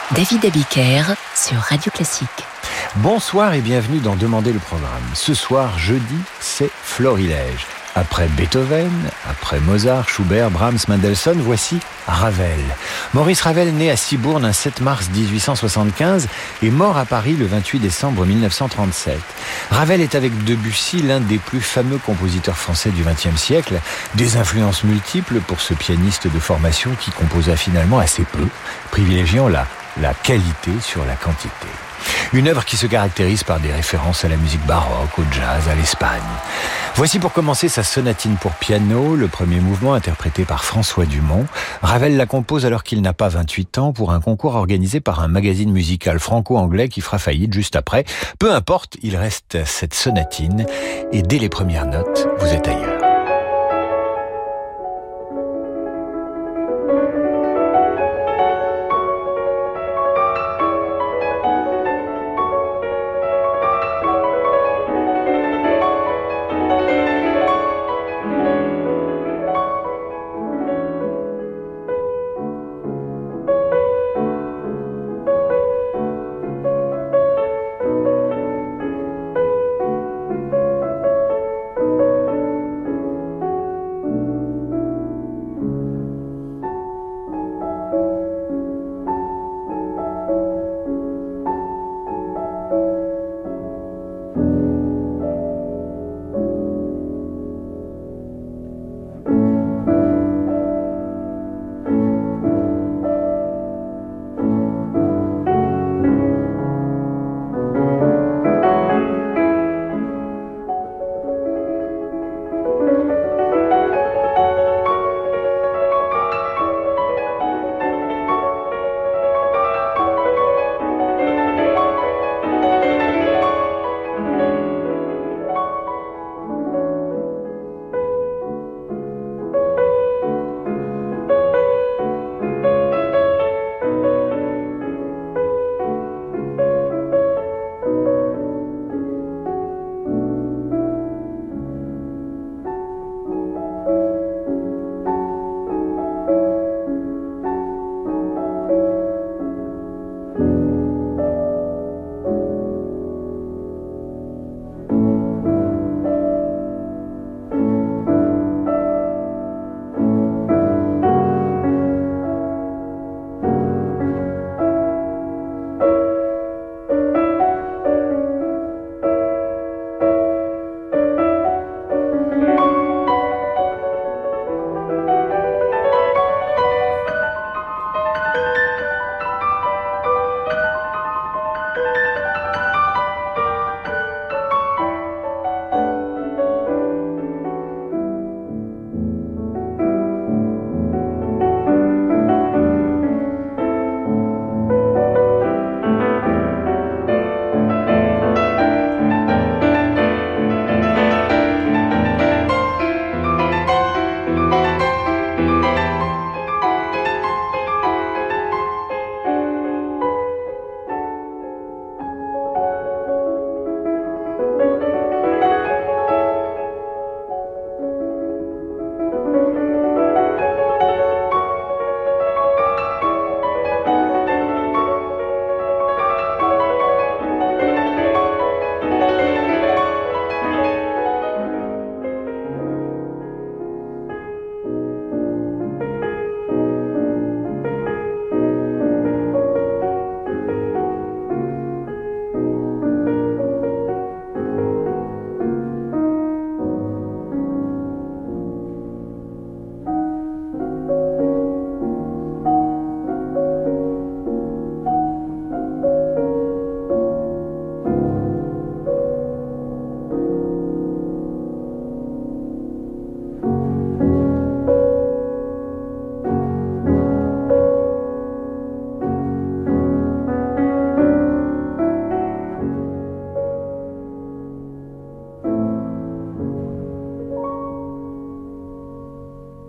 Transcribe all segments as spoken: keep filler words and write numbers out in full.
David Abiker sur Radio Classique. Bonsoir et bienvenue dans Demandez le programme. Ce soir, jeudi, c'est Florilège. Après Beethoven, après Mozart, Schubert, Brahms, Mendelssohn, voici Ravel. Maurice Ravel, né à Cibourne un sept mars dix-huit cent soixante-quinze et mort à Paris le vingt-huit décembre mille neuf cent trente-sept. Ravel est avec Debussy l'un des plus fameux compositeurs français du vingtième siècle, des influences multiples pour ce pianiste de formation qui composa finalement assez peu, privilégiant la, la qualité sur la quantité. Une œuvre qui se caractérise par des références à la musique baroque, au jazz, à l'Espagne. Voici pour commencer sa sonatine pour piano, le premier mouvement interprété par François Dumont. Ravel la compose alors qu'il n'a pas vingt-huit ans pour un concours organisé par un magazine musical franco-anglais qui fera faillite juste après. Peu importe, il reste cette sonatine et dès les premières notes, vous êtes ailleurs.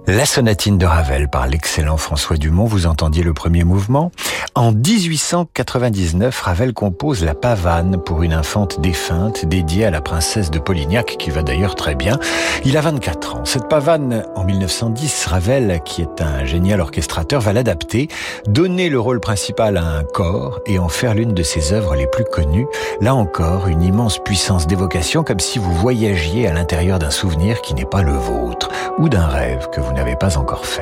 La sonatine de Ravel par l'excellent François Dumont, vous entendiez le premier mouvement. En dix-huit cent quatre-vingt-dix-neuf, Ravel compose la pavane pour une infante défunte dédiée à la princesse de Polignac, qui va d'ailleurs très bien. Il a vingt-quatre ans. Cette pavane, en mille neuf cent dix, Ravel, qui est un génial orchestrateur, va l'adapter, donner le rôle principal à un cor et en faire l'une de ses œuvres les plus connues. Là encore, une immense puissance d'évocation, comme si vous voyagiez à l'intérieur d'un souvenir qui n'est pas le vôtre, ou d'un rêve que vous n'avez pas encore fait.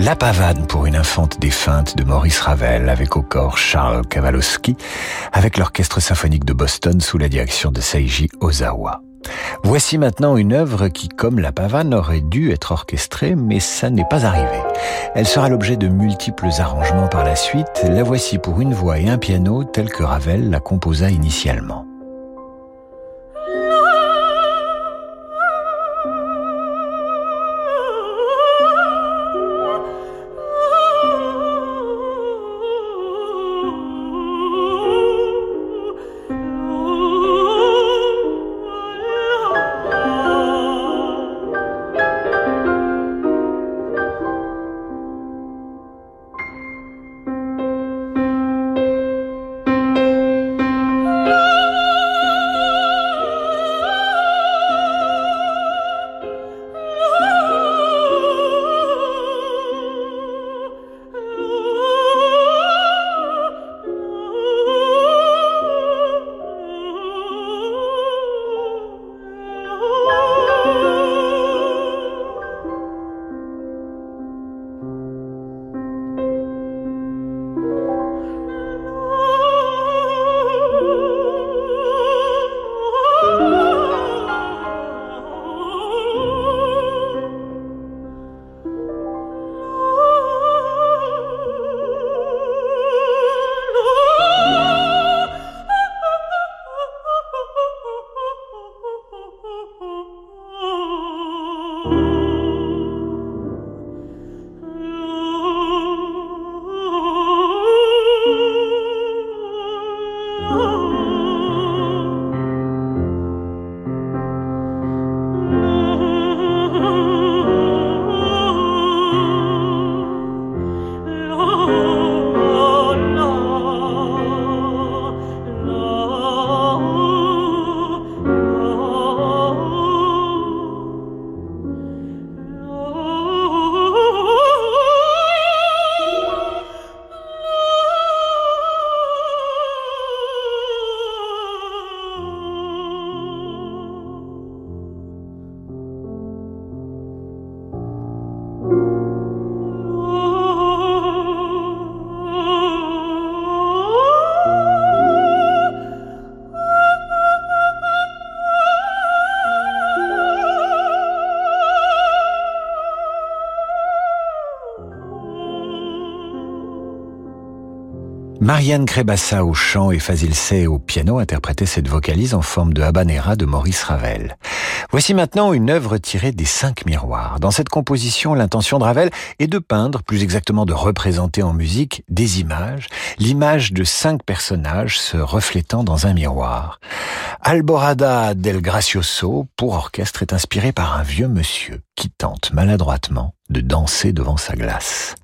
La pavane pour une infante défunte de Maurice Ravel, avec au corps Charles Kowalowski, avec l'Orchestre symphonique de Boston sous la direction de Seiji Ozawa. Voici maintenant une œuvre qui, comme La pavane, aurait dû être orchestrée, mais ça n'est pas arrivé. Elle sera l'objet de multiples arrangements par la suite. La voici pour une voix et un piano, telle que Ravel la composa initialement. Marianne Crébassa au chant et Fazil Say au piano interprétaient cette vocalise en forme de habanera de Maurice Ravel. Voici maintenant une œuvre tirée des Cinq Miroirs. Dans cette composition, l'intention de Ravel est de peindre, plus exactement de représenter en musique, des images, l'image de cinq personnages se reflétant dans un miroir. Alborada del Gracioso, pour orchestre, est inspiré par un vieux monsieur qui tente maladroitement de danser devant sa glace.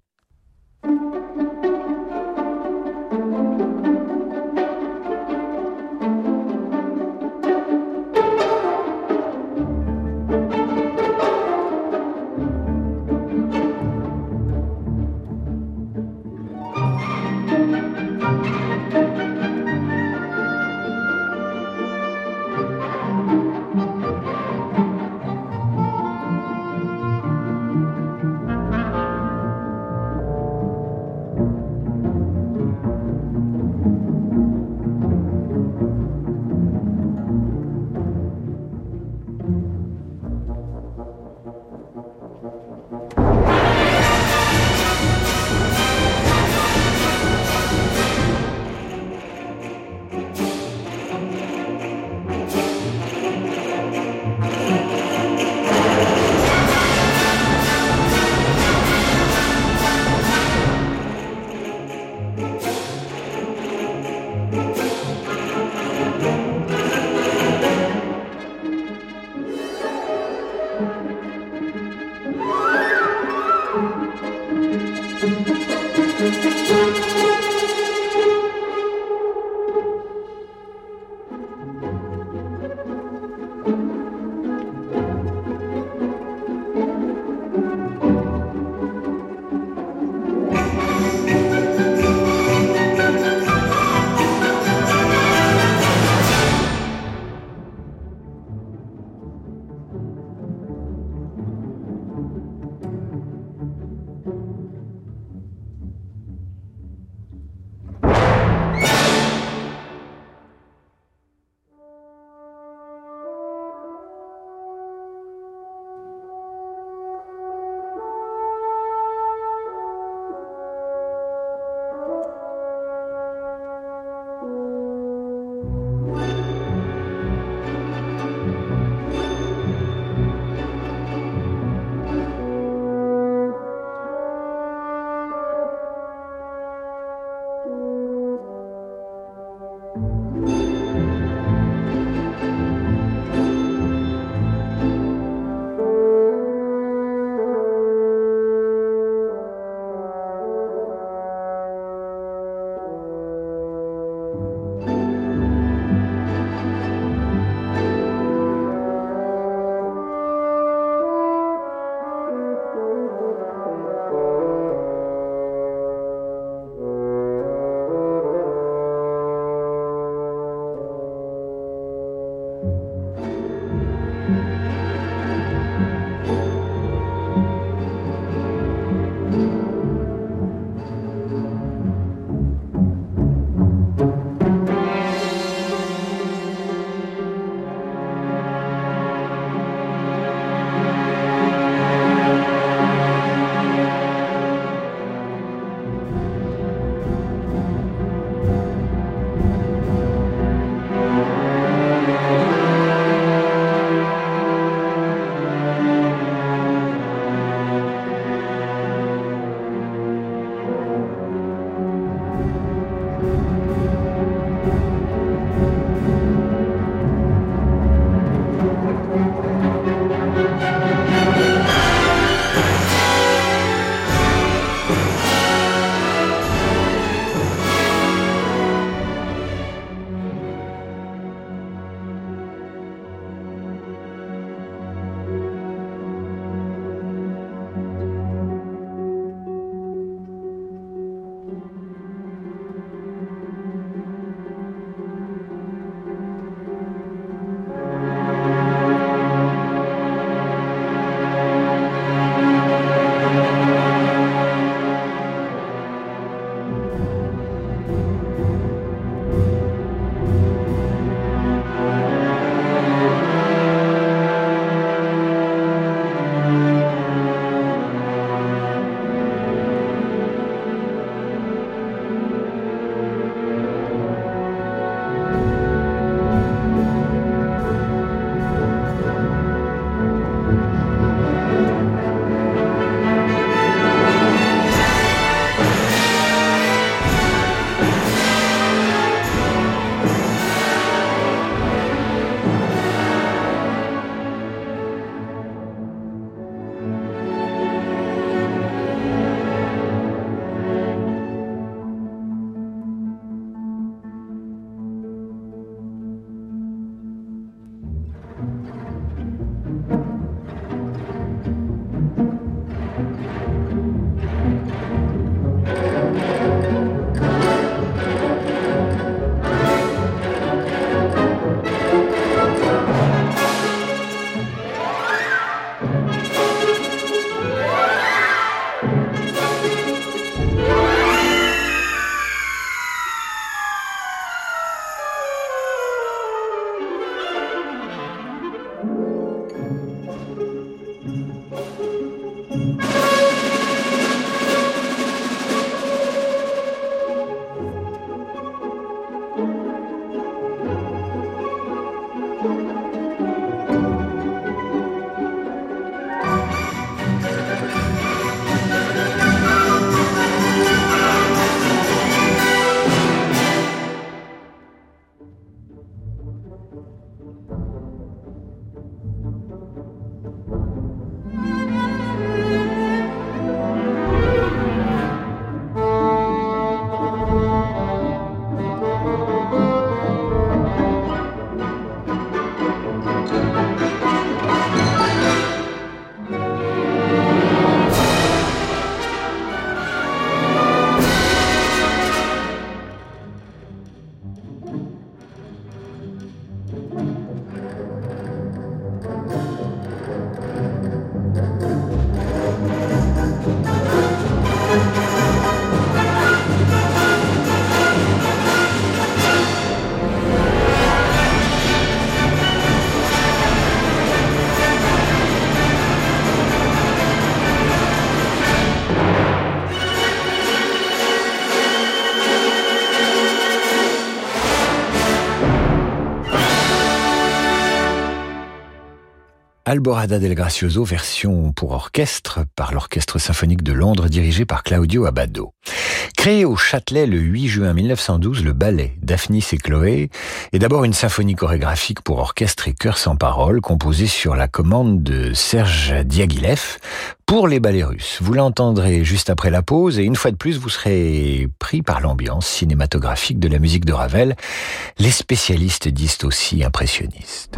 Alborada del Gracioso, version pour orchestre par l'Orchestre symphonique de Londres dirigé par Claudio Abbado. Créé au Châtelet le huit juin mille neuf cent douze, le ballet Daphnis et Chloé est d'abord une symphonie chorégraphique pour orchestre et chœur sans parole, composée sur la commande de Serge Diaghilev pour les ballets russes. Vous l'entendrez juste après la pause et une fois de plus, vous serez pris par l'ambiance cinématographique de la musique de Ravel. Les spécialistes disent aussi impressionniste.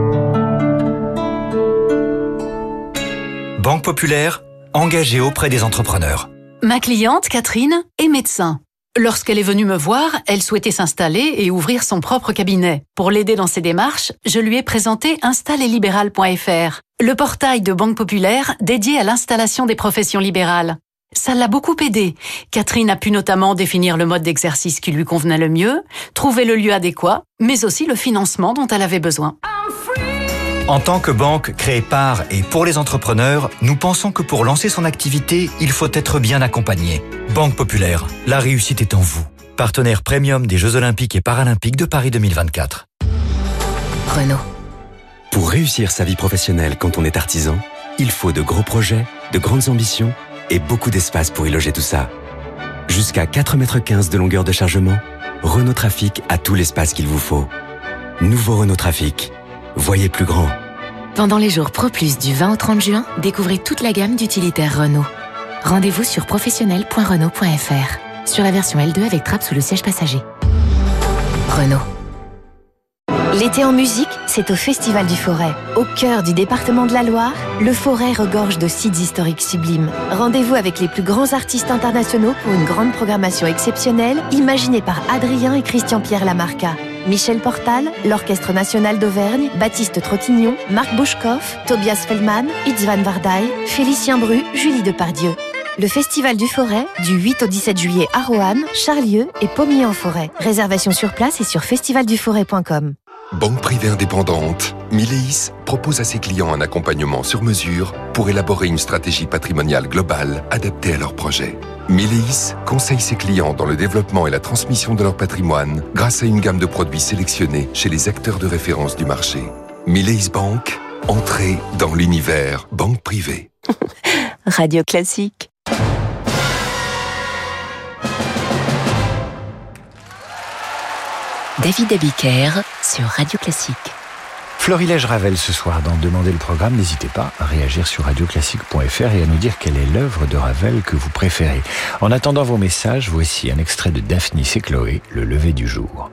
Banque Populaire, engagée auprès des entrepreneurs. Ma cliente, Catherine, est médecin. Lorsqu'elle est venue me voir, elle souhaitait s'installer et ouvrir son propre cabinet. Pour l'aider dans ses démarches, je lui ai présenté install et libéral point f r, le portail de Banque Populaire dédié à l'installation des professions libérales. Ça l'a beaucoup aidée. Catherine a pu notamment définir le mode d'exercice qui lui convenait le mieux, trouver le lieu adéquat, mais aussi le financement dont elle avait besoin. En tant que banque créée par et pour les entrepreneurs, nous pensons que pour lancer son activité, il faut être bien accompagné. Banque Populaire, la réussite est en vous. Partenaire premium des Jeux Olympiques et Paralympiques de Paris deux mille vingt-quatre. Renault. Pour réussir sa vie professionnelle quand on est artisan, il faut de gros projets, de grandes ambitions et beaucoup d'espace pour y loger tout ça. Jusqu'à quatre mètres quinze de longueur de chargement, Renault Trafic a tout l'espace qu'il vous faut. Nouveau Renault Trafic. Voyez plus grand. Pendant les jours Pro Plus du vingt au trente juin, découvrez toute la gamme d'utilitaires Renault. Rendez-vous sur professionnel point renault point f r. Sur la version L deux avec trappe sous le siège passager. Renault. L'été en musique, c'est au Festival du Forêt. Au cœur du département de la Loire, le Forêt regorge de sites historiques sublimes. Rendez-vous avec les plus grands artistes internationaux pour une grande programmation exceptionnelle, imaginée par Adrien et Christian-Pierre Lamarca. Michel Portal, l'Orchestre National d'Auvergne, Baptiste Trottignon, Marc Bouchkoff, Tobias Feldman, Itzvan Vardaï, Félicien Bru, Julie Depardieu. Le Festival du Forêt, du huit au dix-sept juillet à Roanne, Charlieu et Pommier-en-Forêt. Réservation sur place et sur festival du forêt point com. Banque privée indépendante, Mileis propose à ses clients un accompagnement sur mesure pour élaborer une stratégie patrimoniale globale adaptée à leurs projets. Mileis conseille ses clients dans le développement et la transmission de leur patrimoine grâce à une gamme de produits sélectionnés chez les acteurs de référence du marché. Mileis Banque, entrée dans l'univers banque privée. Radio Classique. David Abiker sur Radio Classique. Florilège Ravel ce soir dans Demandez le programme. N'hésitez pas à réagir sur radio classique point f r et à nous dire quelle est l'œuvre de Ravel que vous préférez. En attendant vos messages, voici un extrait de Daphnis et Chloé, Le lever du jour.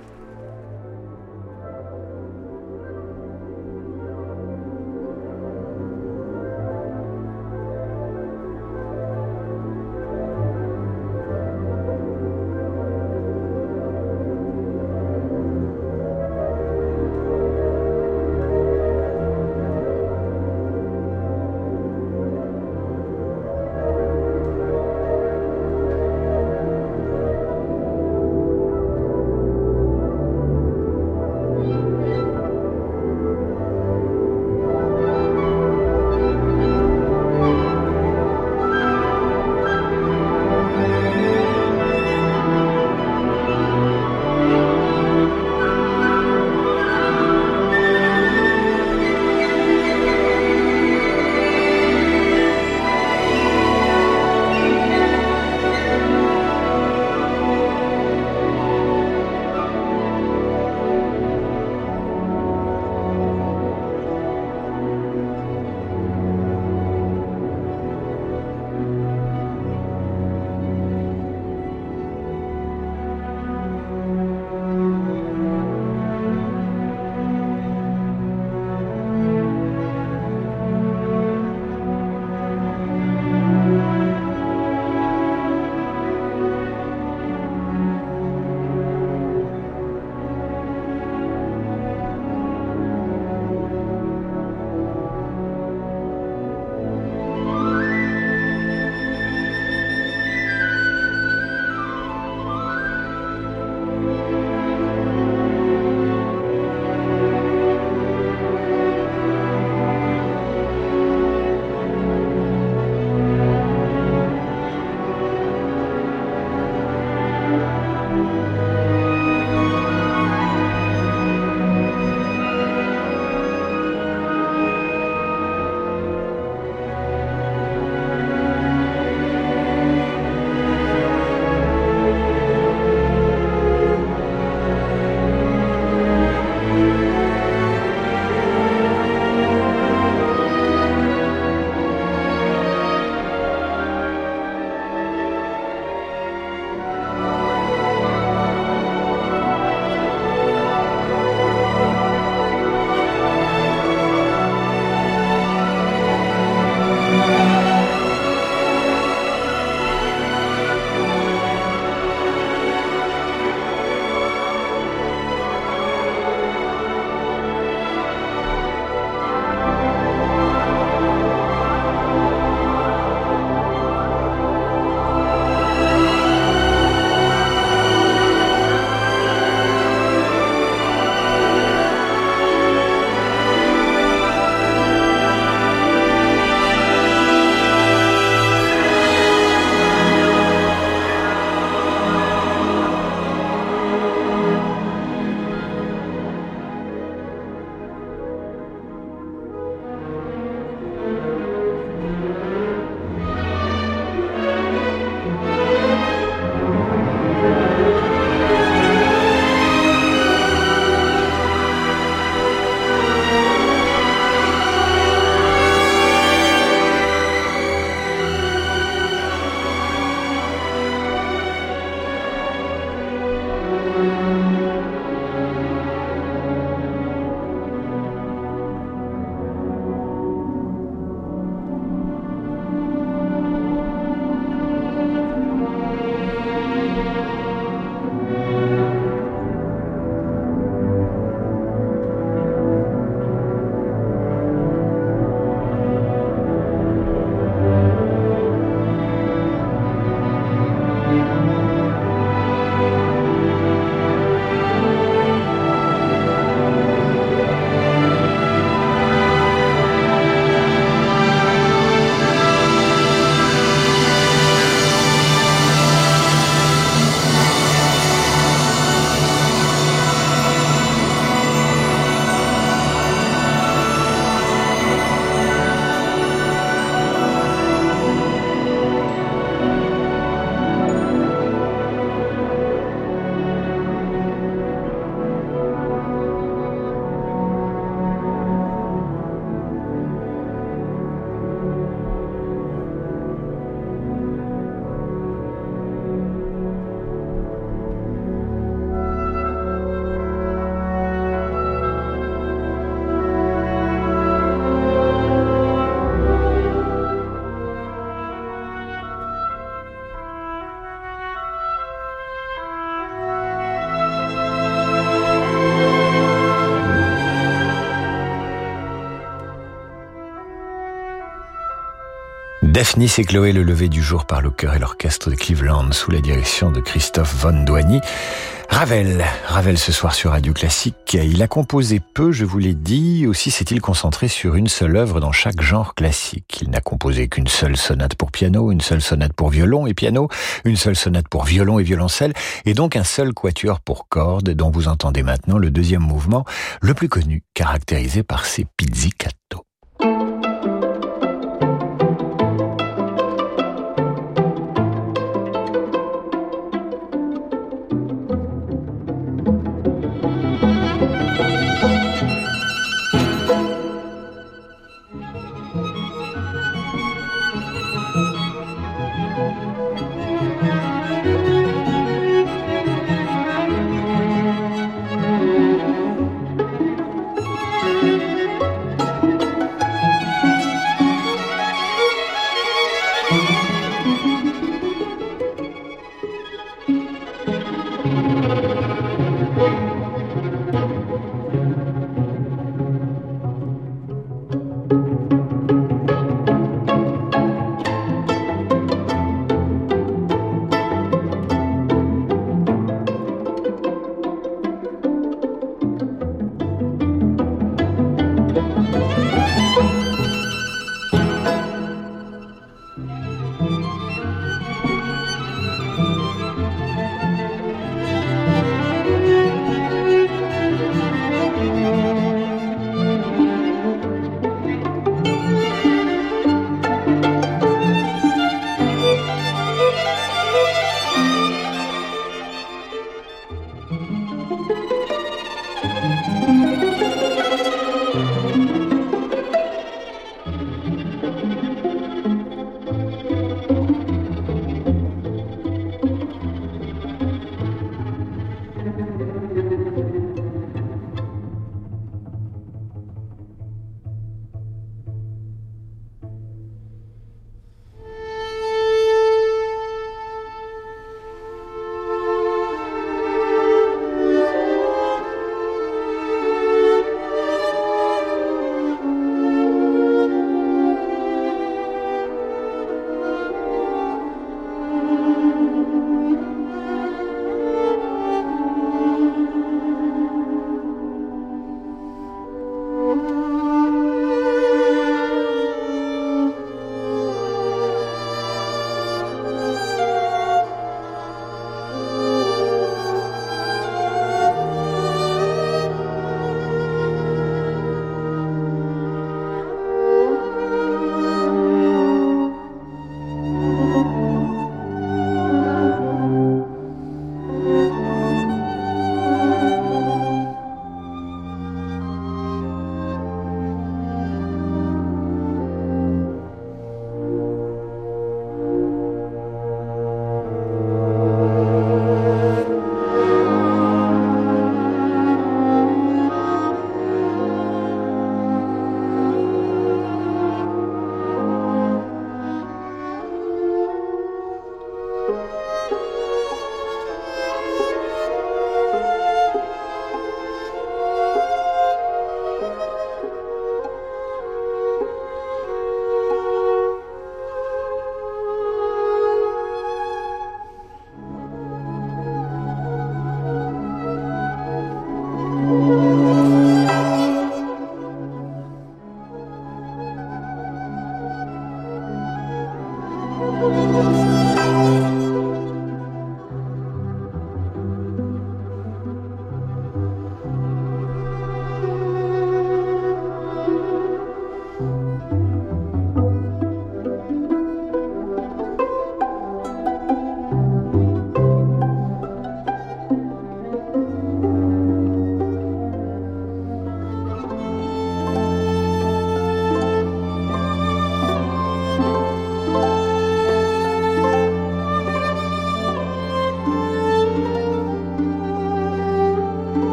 Daphnis et Chloé, le lever du jour par le chœur et l'orchestre de Cleveland sous la direction de Christophe von Doigny. Ravel, Ravel ce soir sur Radio Classique. Il a composé peu, je vous l'ai dit, aussi s'est-il concentré sur une seule œuvre dans chaque genre classique. Il n'a composé qu'une seule sonate pour piano, une seule sonate pour violon et piano, une seule sonate pour violon et violoncelle, et donc un seul quatuor pour cordes, dont vous entendez maintenant le deuxième mouvement, le plus connu, caractérisé par ses pizzicato.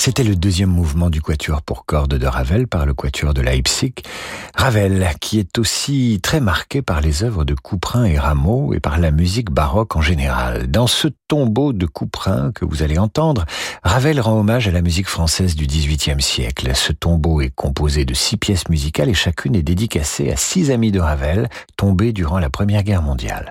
C'était le deuxième mouvement du quatuor pour cordes de Ravel par le quatuor de Leipzig. Ravel, qui est aussi très marqué par les œuvres de Couperin et Rameau et par la musique baroque en général. Dans ce tombeau de Couperin que vous allez entendre, Ravel rend hommage à la musique française du dix-huitième siècle. Ce tombeau est composé de six pièces musicales et chacune est dédicacée à six amis de Ravel tombés durant la Première Guerre mondiale.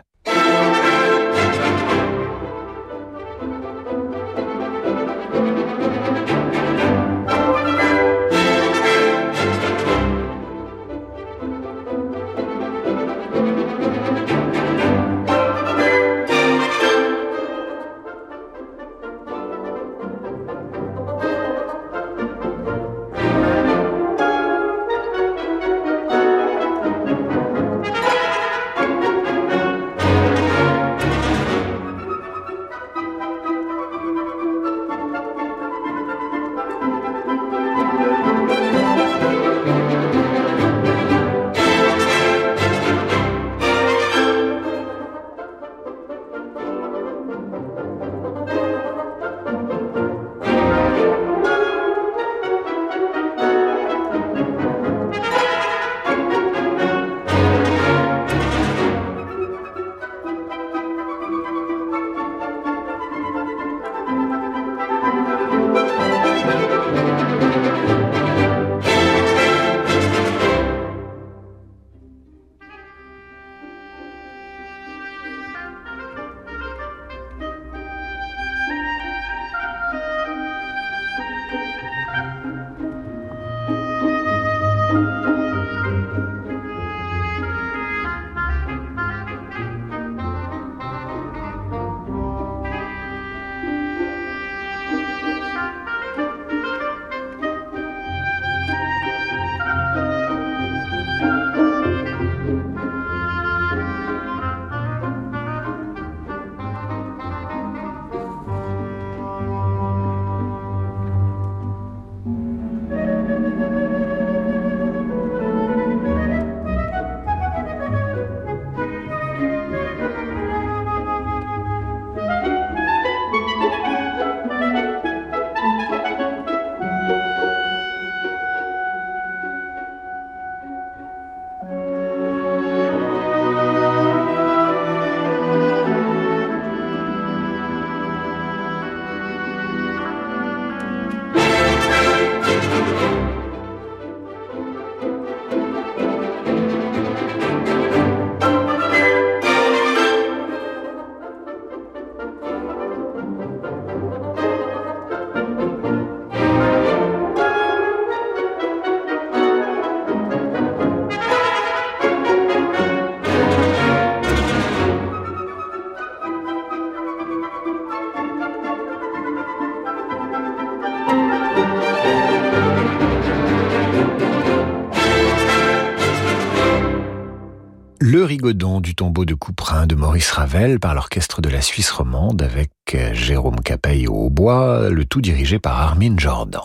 Le Rigodon du tombeau de Couperin de Maurice Ravel par l'orchestre de la Suisse romande avec Jérôme Capeille au hautbois, le tout dirigé par Armin Jordan.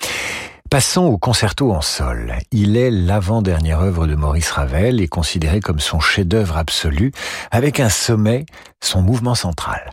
Passons au concerto en sol. Il est l'avant-dernière œuvre de Maurice Ravel et considéré comme son chef-d'œuvre absolu, avec un sommet, son mouvement central.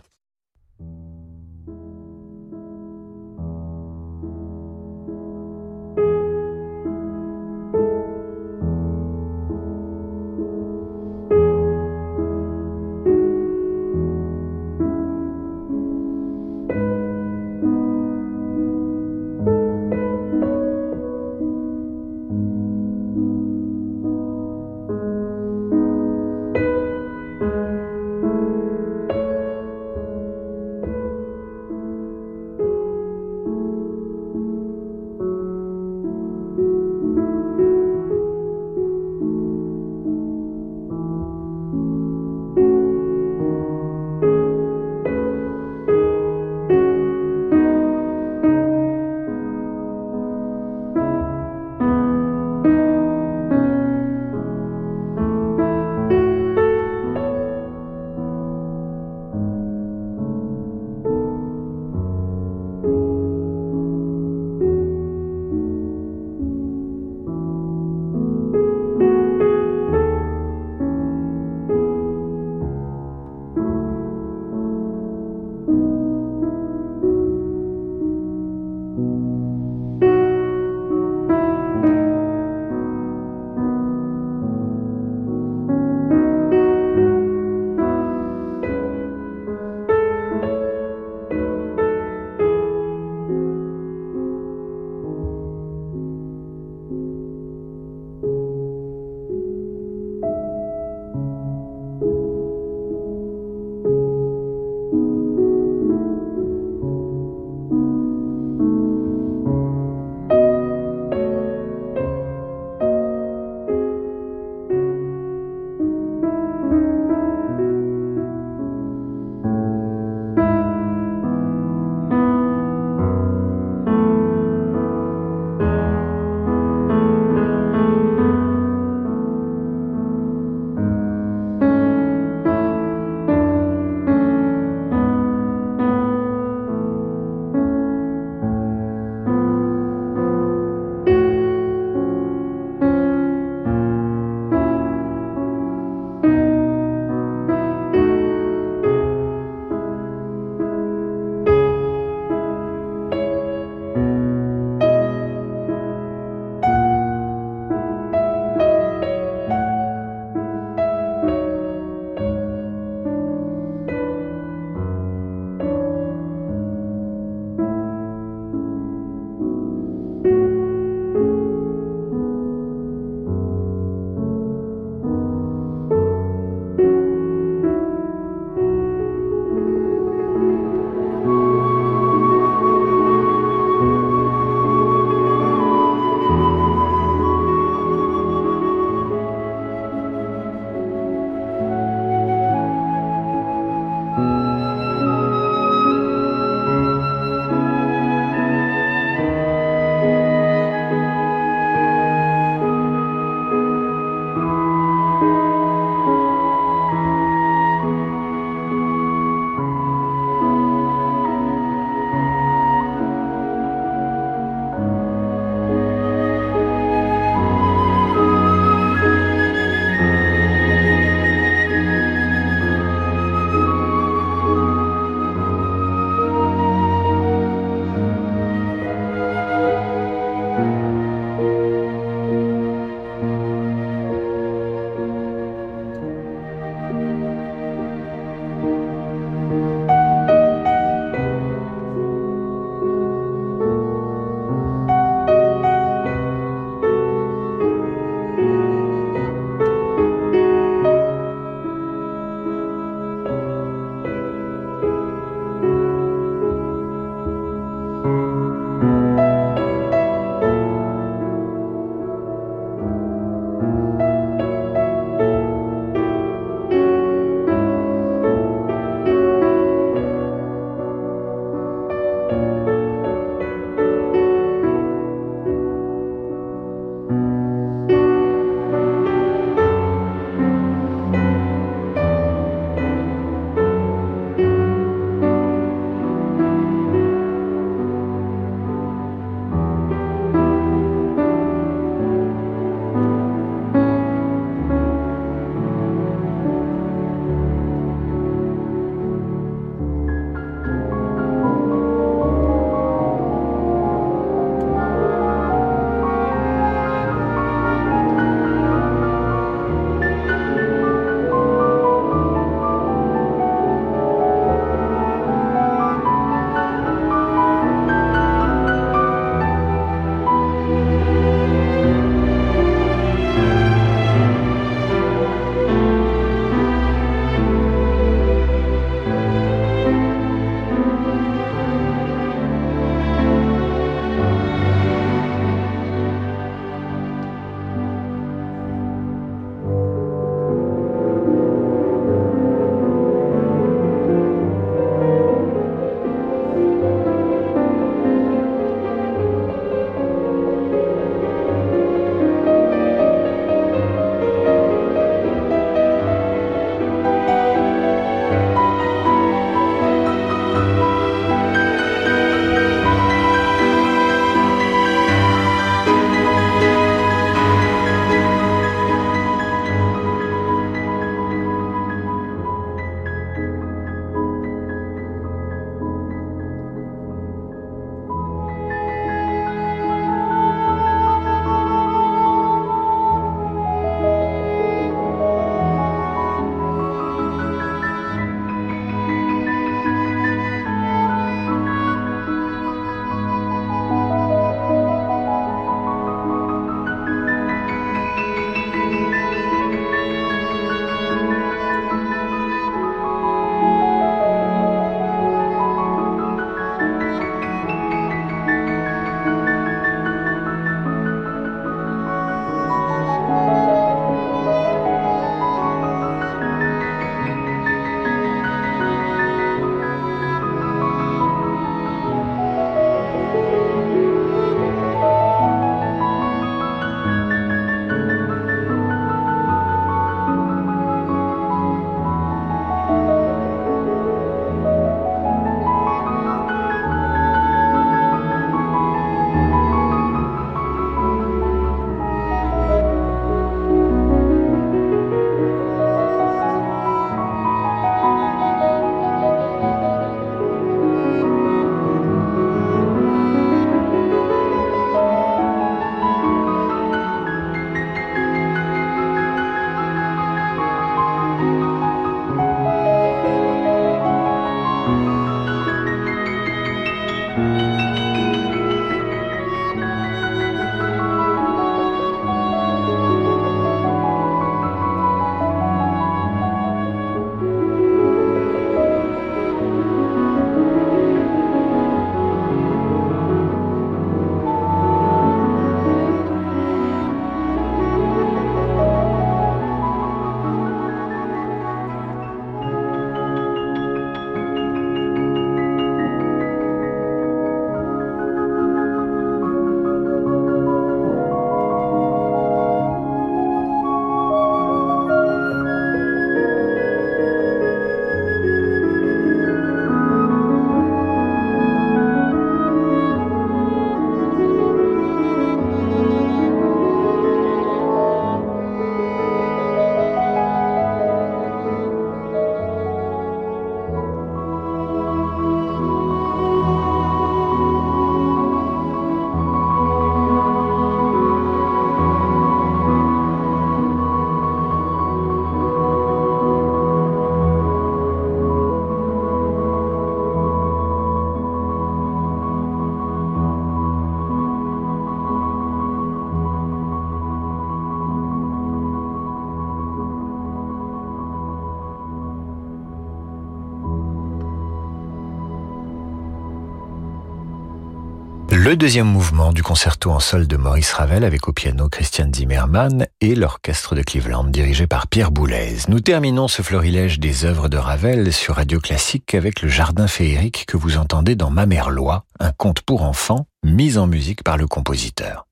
Le deuxième mouvement du concerto en sol de Maurice Ravel avec au piano Christian Zimmermann et l'orchestre de Cleveland dirigé par Pierre Boulez. Nous terminons ce florilège des œuvres de Ravel sur Radio Classique avec le Jardin féerique que vous entendez dans Ma mère Loi, un conte pour enfants mis en musique par le compositeur.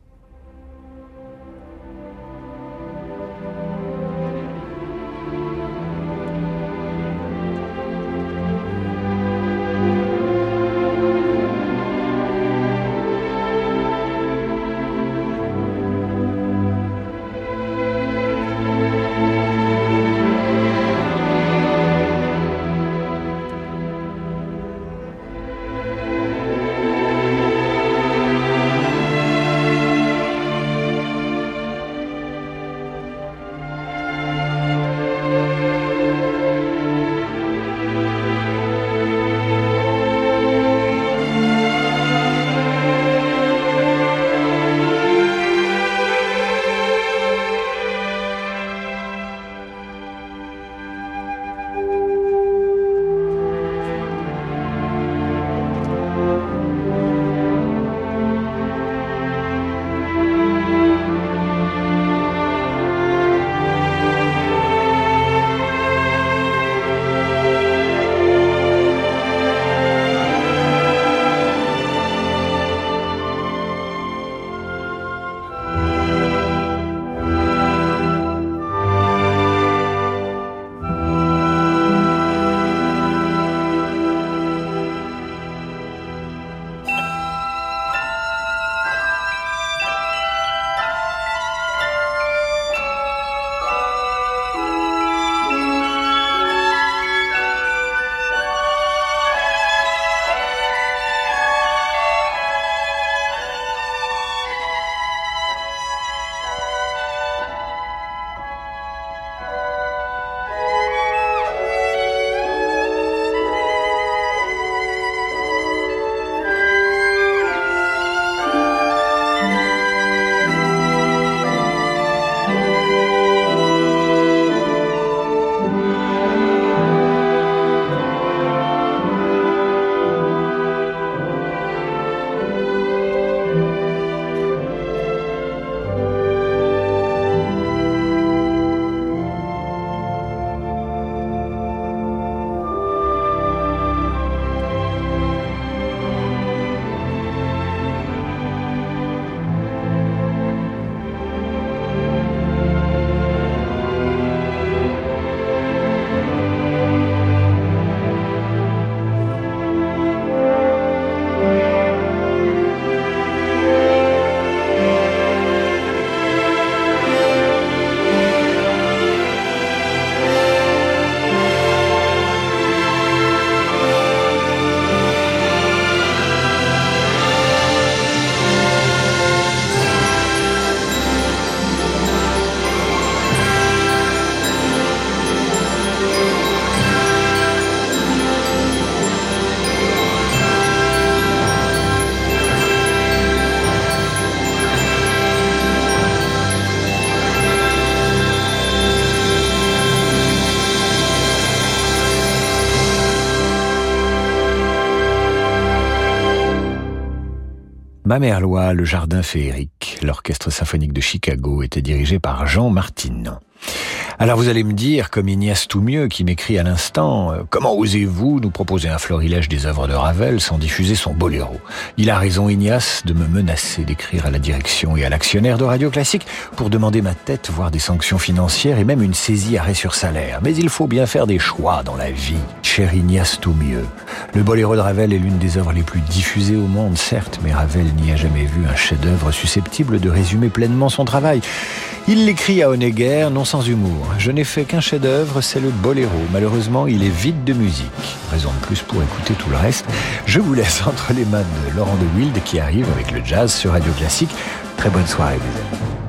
Ma mère Loi, le Jardin féerique, l'orchestre symphonique de Chicago était dirigé par Jean Martinon. Alors vous allez me dire, comme Ignace Toumieux qui m'écrit à l'instant, euh, comment osez-vous nous proposer un florilège des œuvres de Ravel sans diffuser son boléro? Il a raison Ignace de me menacer d'écrire à la direction et à l'actionnaire de Radio Classique pour demander ma tête, voire des sanctions financières et même une saisie arrêt sur salaire. Mais il faut bien faire des choix dans la vie, cher Ignace Toumieux. Le boléro de Ravel est l'une des œuvres les plus diffusées au monde, certes, mais Ravel n'y a jamais vu un chef-d'œuvre susceptible de résumer pleinement son travail. Il l'écrit à Honegger, non sans humour. Je n'ai fait qu'un chef-d'œuvre, c'est le boléro. Malheureusement, il est vide de musique. Raison de plus pour écouter tout le reste. Je vous laisse entre les mains de Laurent de Wild qui arrive avec le jazz sur Radio Classique. Très bonne soirée, les amis.